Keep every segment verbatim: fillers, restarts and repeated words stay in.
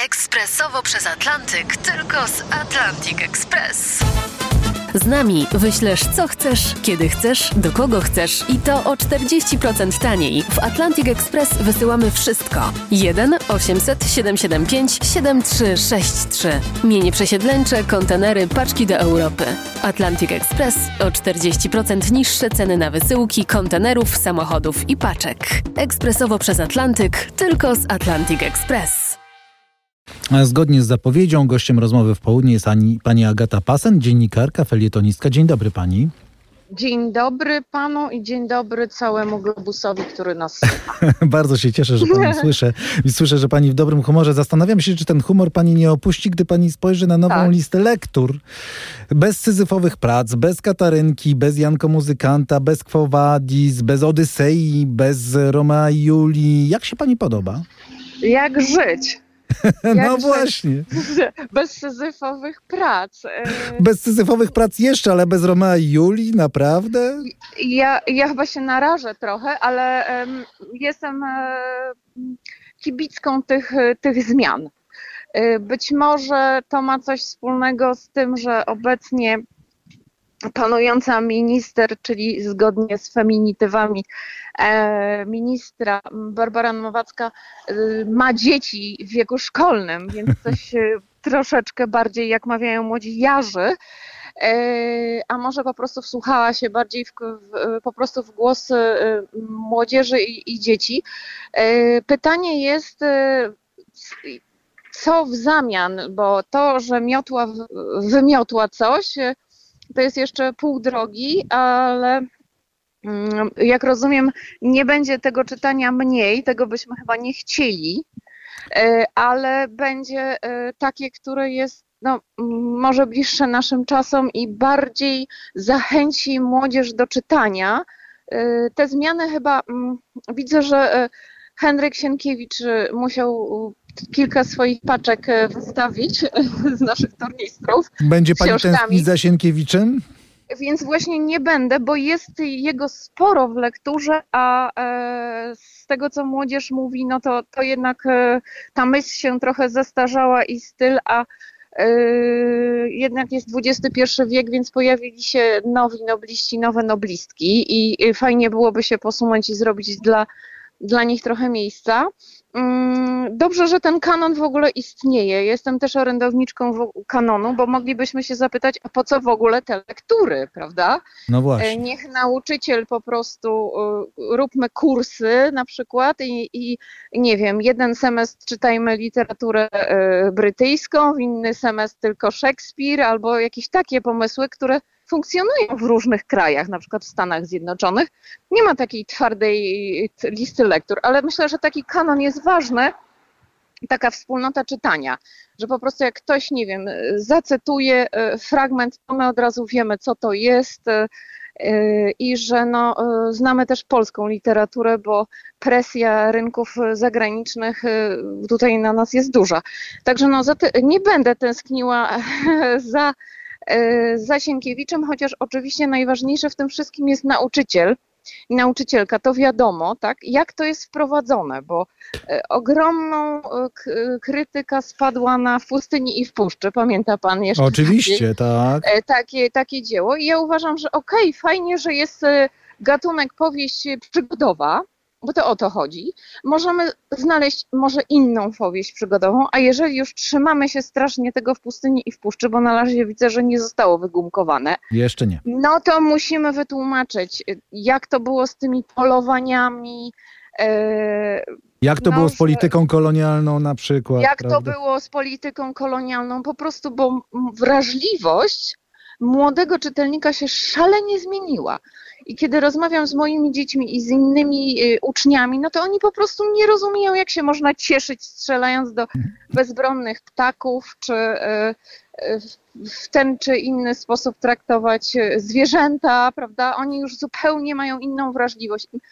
Ekspresowo przez Atlantyk, tylko z Atlantic Express. Z nami wyślesz co chcesz, kiedy chcesz, do kogo chcesz i to o czterdzieści procent taniej. W Atlantic Express wysyłamy wszystko. jeden osiemset siedemset siedemdziesiąt pięć siedemdziesiąt trzy sześćdziesiąt trzy. Mienie przesiedleńcze, kontenery, paczki do Europy. Atlantic Express o czterdzieści procent niższe ceny na wysyłki, kontenerów, samochodów i paczek. Ekspresowo przez Atlantyk, tylko z Atlantic Express. Zgodnie z zapowiedzią gościem rozmowy w południe jest ani, pani Agata Pasen, dziennikarka, felietonistka. Dzień dobry pani. Dzień dobry panu i dzień dobry całemu globusowi, który nas słucha. Bardzo się cieszę, że pani słyszę i słyszę, że pani w dobrym humorze. Zastanawiam się, czy ten humor pani nie opuści, gdy pani spojrzy na nową tak. listę lektur. Bez syzyfowych prac, bez Katarynki, bez Janko Muzykanta, bez Quo Vadis, bez Odysei, bez Romea i Julii. Jak się pani podoba? Jak żyć? Jak no właśnie. Bez syzyfowych prac. Bez syzyfowych prac jeszcze, ale bez Romea i Julii, naprawdę? Ja, ja chyba się narażę trochę, ale um, jestem um, kibicką tych, tych zmian. Być może to ma coś wspólnego z tym, że obecnie panująca minister, czyli zgodnie z feminitywami e, ministra Barbara Nowacka e, ma dzieci w wieku szkolnym, więc coś e, troszeczkę bardziej, jak mawiają młodzi, jarzy, e, a może po prostu wsłuchała się bardziej w, w, po prostu w głos e, młodzieży i, i dzieci. E, pytanie jest, e, co w zamian, bo to, że miotła wymiotła coś, to jest jeszcze pół drogi, ale jak rozumiem, nie będzie tego czytania mniej, tego byśmy chyba nie chcieli, ale będzie takie, które jest no, może bliższe naszym czasom i bardziej zachęci młodzież do czytania. Te zmiany chyba, widzę, że Henryk Sienkiewicz musiał kilka swoich paczek wystawić z naszych tornistrów. Będzie pani tęsknić za Sienkiewiczem? Więc właśnie nie będę, bo jest jego sporo w lekturze, a e, z tego, co młodzież mówi, no to, to jednak e, ta myśl się trochę zestarzała i styl, a e, jednak jest dwudziesty pierwszy wiek, więc pojawili się nowi nobliści, nowe noblistki i, i fajnie byłoby się posunąć i zrobić dla, dla nich trochę miejsca. Dobrze, że ten kanon w ogóle istnieje. Jestem też orędowniczką kanonu, bo moglibyśmy się zapytać, a po co w ogóle te lektury, prawda? No właśnie. Niech nauczyciel po prostu, róbmy kursy na przykład i, i nie wiem, jeden semestr czytajmy literaturę brytyjską, inny semestr tylko Szekspir albo jakieś takie pomysły, które funkcjonują w różnych krajach, na przykład w Stanach Zjednoczonych. Nie ma takiej twardej listy lektur, ale myślę, że taki kanon jest ważny, taka wspólnota czytania, że po prostu jak ktoś, nie wiem, zacytuje fragment, to my od razu wiemy, co to jest i że no, znamy też polską literaturę, bo presja rynków zagranicznych tutaj na nas jest duża. Także no, nie będę tęskniła za za Sienkiewiczem, chociaż oczywiście najważniejsze w tym wszystkim jest nauczyciel i nauczycielka, to wiadomo, tak, jak to jest wprowadzone, bo ogromną k- krytyka spadła na W pustyni i w puszczy, pamięta pan jeszcze? Oczywiście, takie, tak. Takie, takie dzieło i ja uważam, że okej, okay, fajnie, że jest gatunek powieść przygodowa, bo to o to chodzi. Możemy znaleźć może inną powieść przygodową, a jeżeli już trzymamy się strasznie tego W pustyni i w puszczy, bo na razie widzę, że nie zostało wygumkowane. Jeszcze nie. No to musimy wytłumaczyć, jak to było z tymi polowaniami. E, jak to no, było z polityką kolonialną na przykład. Jak prawda? to było z polityką kolonialną, po prostu, bo wrażliwość młodego czytelnika się szalenie zmieniła. I kiedy rozmawiam z moimi dziećmi i z innymi y, uczniami, no to oni po prostu nie rozumieją, jak się można cieszyć strzelając do bezbronnych ptaków, czy y, y, w ten czy inny sposób traktować zwierzęta, prawda? Oni już zupełnie mają inną wrażliwość.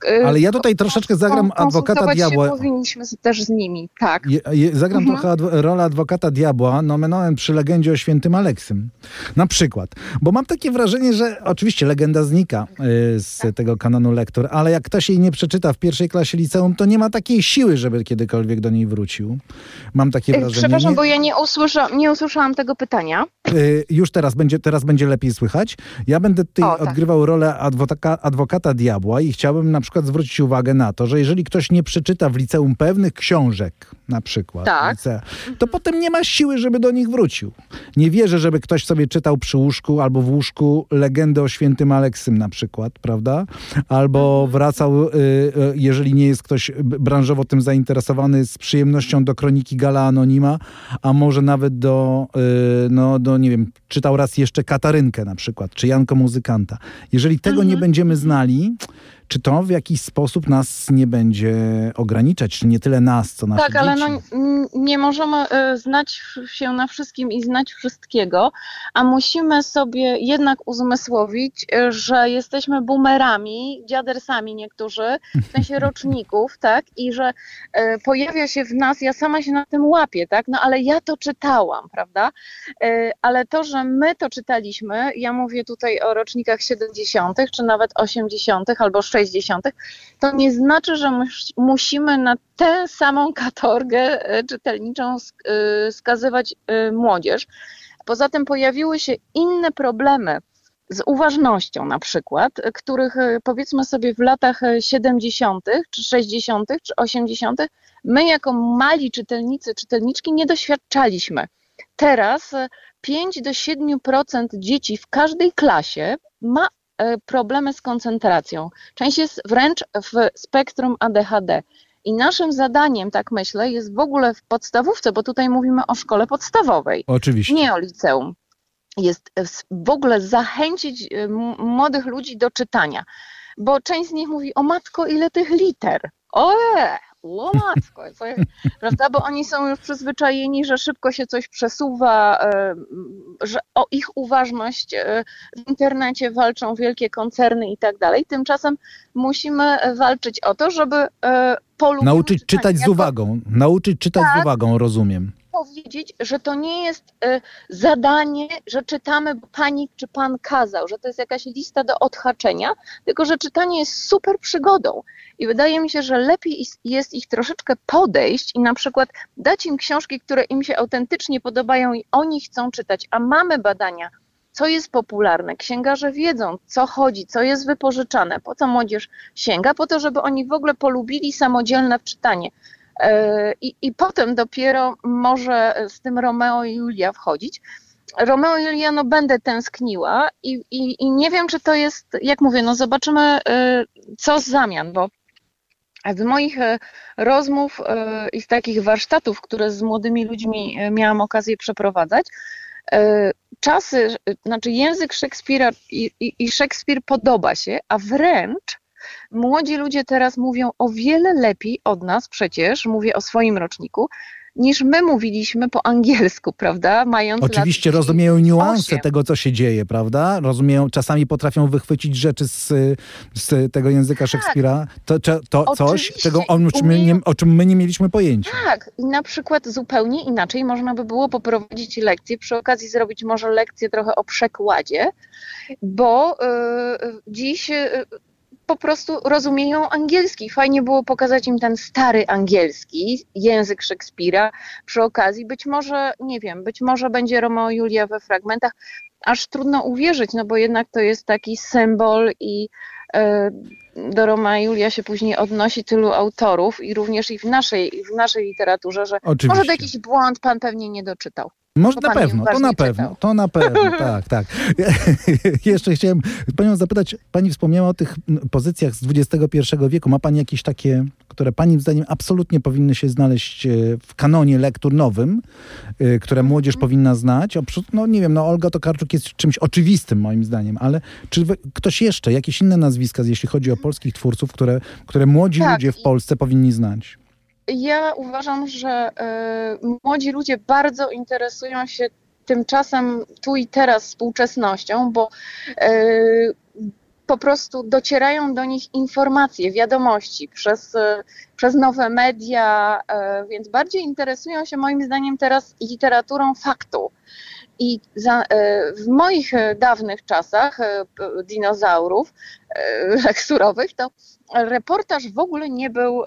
Ale ja tutaj troszeczkę zagram adwokata diabła. Się powinniśmy też z nimi, tak. Je, je, zagram mhm. trochę adw- rolę adwokata diabła, nomen omen przy legendzie o świętym Aleksym. Na przykład. Bo mam takie wrażenie, że oczywiście legenda znika y, z tak. tego kanonu lektur, ale jak ktoś jej nie przeczyta w pierwszej klasie liceum, to nie ma takiej siły, żeby kiedykolwiek do niej wrócił. Mam takie wrażenie. Przepraszam, nie... bo ja nie, usłysza, nie usłyszałam tego pytania. Y, już teraz będzie, teraz będzie lepiej słychać. Ja będę tutaj o, tak. odgrywał rolę adwokata, adwokata diabła i chciałbym na przykład zwrócić uwagę na to, że jeżeli ktoś nie przeczyta w liceum pewnych książek, na przykład, tak. lice, to potem nie ma siły, żeby do nich wrócił. Nie wierzę, żeby ktoś sobie czytał przy łóżku albo w łóżku legendę o świętym Aleksym na przykład, prawda? Albo wracał, jeżeli nie jest ktoś branżowo tym zainteresowany, z przyjemnością do kroniki Gala Anonima, a może nawet do, no, do nie wiem, czytał raz jeszcze Katarynkę na przykład, czy Janko Muzykanta. Jeżeli tego nie będziemy znali, czy to w jakiś sposób nas nie będzie ograniczać, czy nie tyle nas, co nasze Tak, ale dzieci? no, nie możemy znać się na wszystkim i znać wszystkiego, a musimy sobie jednak uzmysłowić, że jesteśmy boomerami, dziadersami niektórzy, w sensie roczników, tak, i że pojawia się w nas, ja sama się na tym łapię, tak, no ale ja to czytałam, prawda, ale to, że my to czytaliśmy, ja mówię tutaj o rocznikach siedemdziesiątych, czy nawet osiemdziesiątych albo sześćdziesiątych, to nie znaczy, że mus, musimy na tę samą katorgę czytelniczą skazywać młodzież. Poza tym pojawiły się inne problemy z uważnością na przykład, których powiedzmy sobie w latach siedemdziesiątych, czy sześćdziesiątych, czy osiemdziesiątych my jako mali czytelnicy, czytelniczki nie doświadczaliśmy. Teraz pięć do siedmiu procent dzieci w każdej klasie ma problemy z koncentracją. Część jest wręcz w spektrum A D H D. I naszym zadaniem, tak myślę, jest w ogóle w podstawówce, bo tutaj mówimy o szkole podstawowej. Oczywiście. Nie o liceum. Jest w ogóle zachęcić młodych ludzi do czytania. Bo część z nich mówi, o matko, ile tych liter. Oje, o matko. Prawda? Bo oni są już przyzwyczajeni, że szybko się coś przesuwa, że o ich uważność w internecie walczą wielkie koncerny i tak dalej. Tymczasem musimy walczyć o to, żeby polubić nauczyć czytać z uwagą. Nauczyć czytać tak, z uwagą, rozumiem. Powiedzieć, że to nie jest y, zadanie, że czytamy, bo pani czy pan kazał, że to jest jakaś lista do odhaczenia, tylko że czytanie jest super przygodą. I wydaje mi się, że lepiej jest ich troszeczkę podejść i na przykład dać im książki, które im się autentycznie podobają i oni chcą czytać, a mamy badania, co jest popularne. Księgarze wiedzą, co chodzi, co jest wypożyczane, po co młodzież sięga, po to, żeby oni w ogóle polubili samodzielne czytanie. I, I potem dopiero może z tym Romeo i Julia wchodzić. Romeo i Julia, no będę tęskniła i, i, i nie wiem, czy to jest, jak mówię, no zobaczymy, co z zamian, bo z moich rozmów i z takich warsztatów, które z młodymi ludźmi miałam okazję przeprowadzać, czasy, znaczy język Szekspira i, i, i Szekspir podoba się, a wręcz młodzi ludzie teraz mówią o wiele lepiej od nas przecież, mówię o swoim roczniku, niż my mówiliśmy po angielsku, prawda? Mając Oczywiście lat rozumieją niuanse tego, co się dzieje, prawda? Rozumieją, czasami potrafią wychwycić rzeczy z, z tego języka tak. Szekspira. To, to, to coś, czego on, umieją... nie, o czym my nie mieliśmy pojęcia. Tak. I na przykład zupełnie inaczej można by było poprowadzić lekcję, przy okazji zrobić może lekcję trochę o przekładzie, bo yy, dziś... Yy, po prostu rozumieją angielski. Fajnie było pokazać im ten stary angielski, język Szekspira przy okazji. Być może, nie wiem, być może będzie Romeo i Julia we fragmentach. Aż trudno uwierzyć, no bo jednak to jest taki symbol i e, do Romea i Julia się później odnosi tylu autorów i również i w naszej, w naszej literaturze, że oczywiście. Może to jakiś błąd pan pewnie nie doczytał. Może na pewno, to na pewno, czytał. to na pewno, tak, tak. Jeszcze chciałem panią zapytać, pani wspomniała o tych pozycjach z dwudziestego pierwszego wieku. Ma pani jakieś takie, które pani zdaniem absolutnie powinny się znaleźć w kanonie lektur nowym, które młodzież mm. powinna znać? No nie wiem, no Olga Tokarczuk jest czymś oczywistym moim zdaniem, ale czy ktoś jeszcze, jakieś inne nazwiska, jeśli chodzi o polskich twórców, które, które młodzi tak. ludzie w Polsce powinni znać? Ja uważam, że y, młodzi ludzie bardzo interesują się tymczasem tu i teraz współczesnością, bo y, po prostu docierają do nich informacje, wiadomości przez, przez nowe media, więc bardziej interesują się moim zdaniem teraz literaturą faktu. I za, w moich dawnych czasach dinozaurów lekturowych to reportaż w ogóle nie był,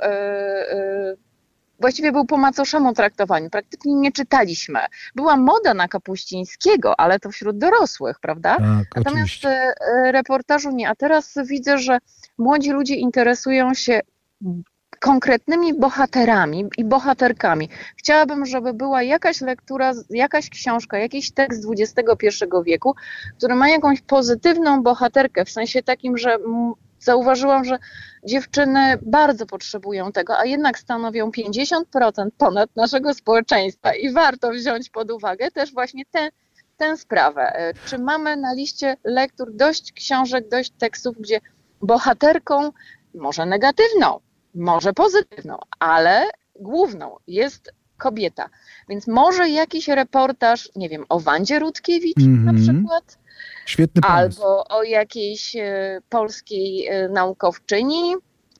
właściwie był po macoszemu traktowaniu. Praktycznie nie czytaliśmy. Była moda na Kapuścińskiego, ale to wśród dorosłych, prawda? Tak, Natomiast oczywiście. reportażu nie. A teraz widzę, że młodzi ludzie interesują się konkretnymi bohaterami i bohaterkami. Chciałabym, żeby była jakaś lektura, jakaś książka, jakiś tekst dwudziestego pierwszego wieku, który ma jakąś pozytywną bohaterkę, w sensie takim, że zauważyłam, że dziewczyny bardzo potrzebują tego, a jednak stanowią pięćdziesiąt procent ponad naszego społeczeństwa i warto wziąć pod uwagę też właśnie tę, tę sprawę. Czy mamy na liście lektur dość książek, dość tekstów, gdzie bohaterką, może negatywną, może pozytywną, ale główną jest kobieta. Więc może jakiś reportaż, nie wiem, o Wandzie Rutkiewicz mm-hmm. na przykład, świetny pomysł. Albo o jakiejś e, polskiej e, naukowczyni,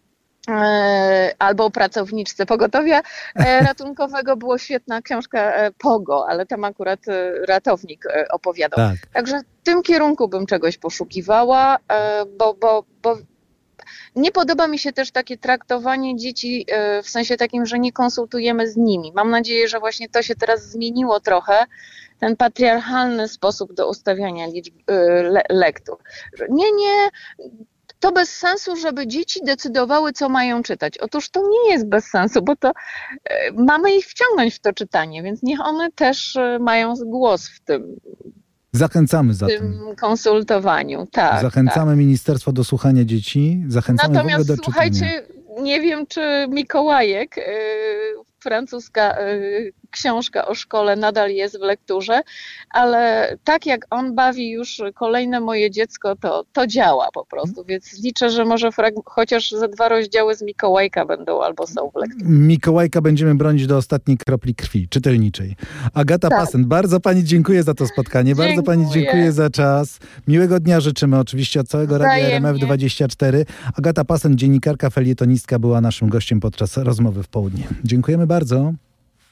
e, albo o pracowniczce pogotowia e, ratunkowego. Była świetna książka e, Pogo, ale tam akurat e, ratownik e, opowiadał. Tak. Także w tym kierunku bym czegoś poszukiwała, e, bo, bo, bo nie podoba mi się też takie traktowanie dzieci e, w sensie takim, że nie konsultujemy z nimi. Mam nadzieję, że właśnie to się teraz zmieniło trochę. Ten patriarchalny sposób do ustawiania liczb, le, lektur. Nie, nie, to bez sensu, żeby dzieci decydowały, co mają czytać. Otóż to nie jest bez sensu, bo to e, mamy ich wciągnąć w to czytanie, więc niech one też e, mają głos w tym, Zachęcamy za w tym tym. konsultowaniu. Tak, Zachęcamy tak. ministerstwo do słuchania dzieci, zachęcamy Natomiast w ogóle do słuchajcie, czytania. nie wiem, czy Mikołajek, yy, francuska yy, książka o szkole nadal jest w lekturze, ale tak jak on bawi już kolejne moje dziecko, to, to działa po prostu, więc liczę, że może frag- chociaż ze dwa rozdziały z Mikołajka będą albo są w lekturze. Mikołajka będziemy bronić do ostatniej kropli krwi czytelniczej. Agata Tak. Passent, bardzo pani dziękuję za to spotkanie, bardzo pani Dziękuję. dziękuję za czas. Miłego dnia życzymy oczywiście od całego Radia R M F Wzajemnie. dwadzieścia cztery. Agata Passent, dziennikarka, felietonistka, była naszym gościem podczas rozmowy w południe. Dziękujemy bardzo.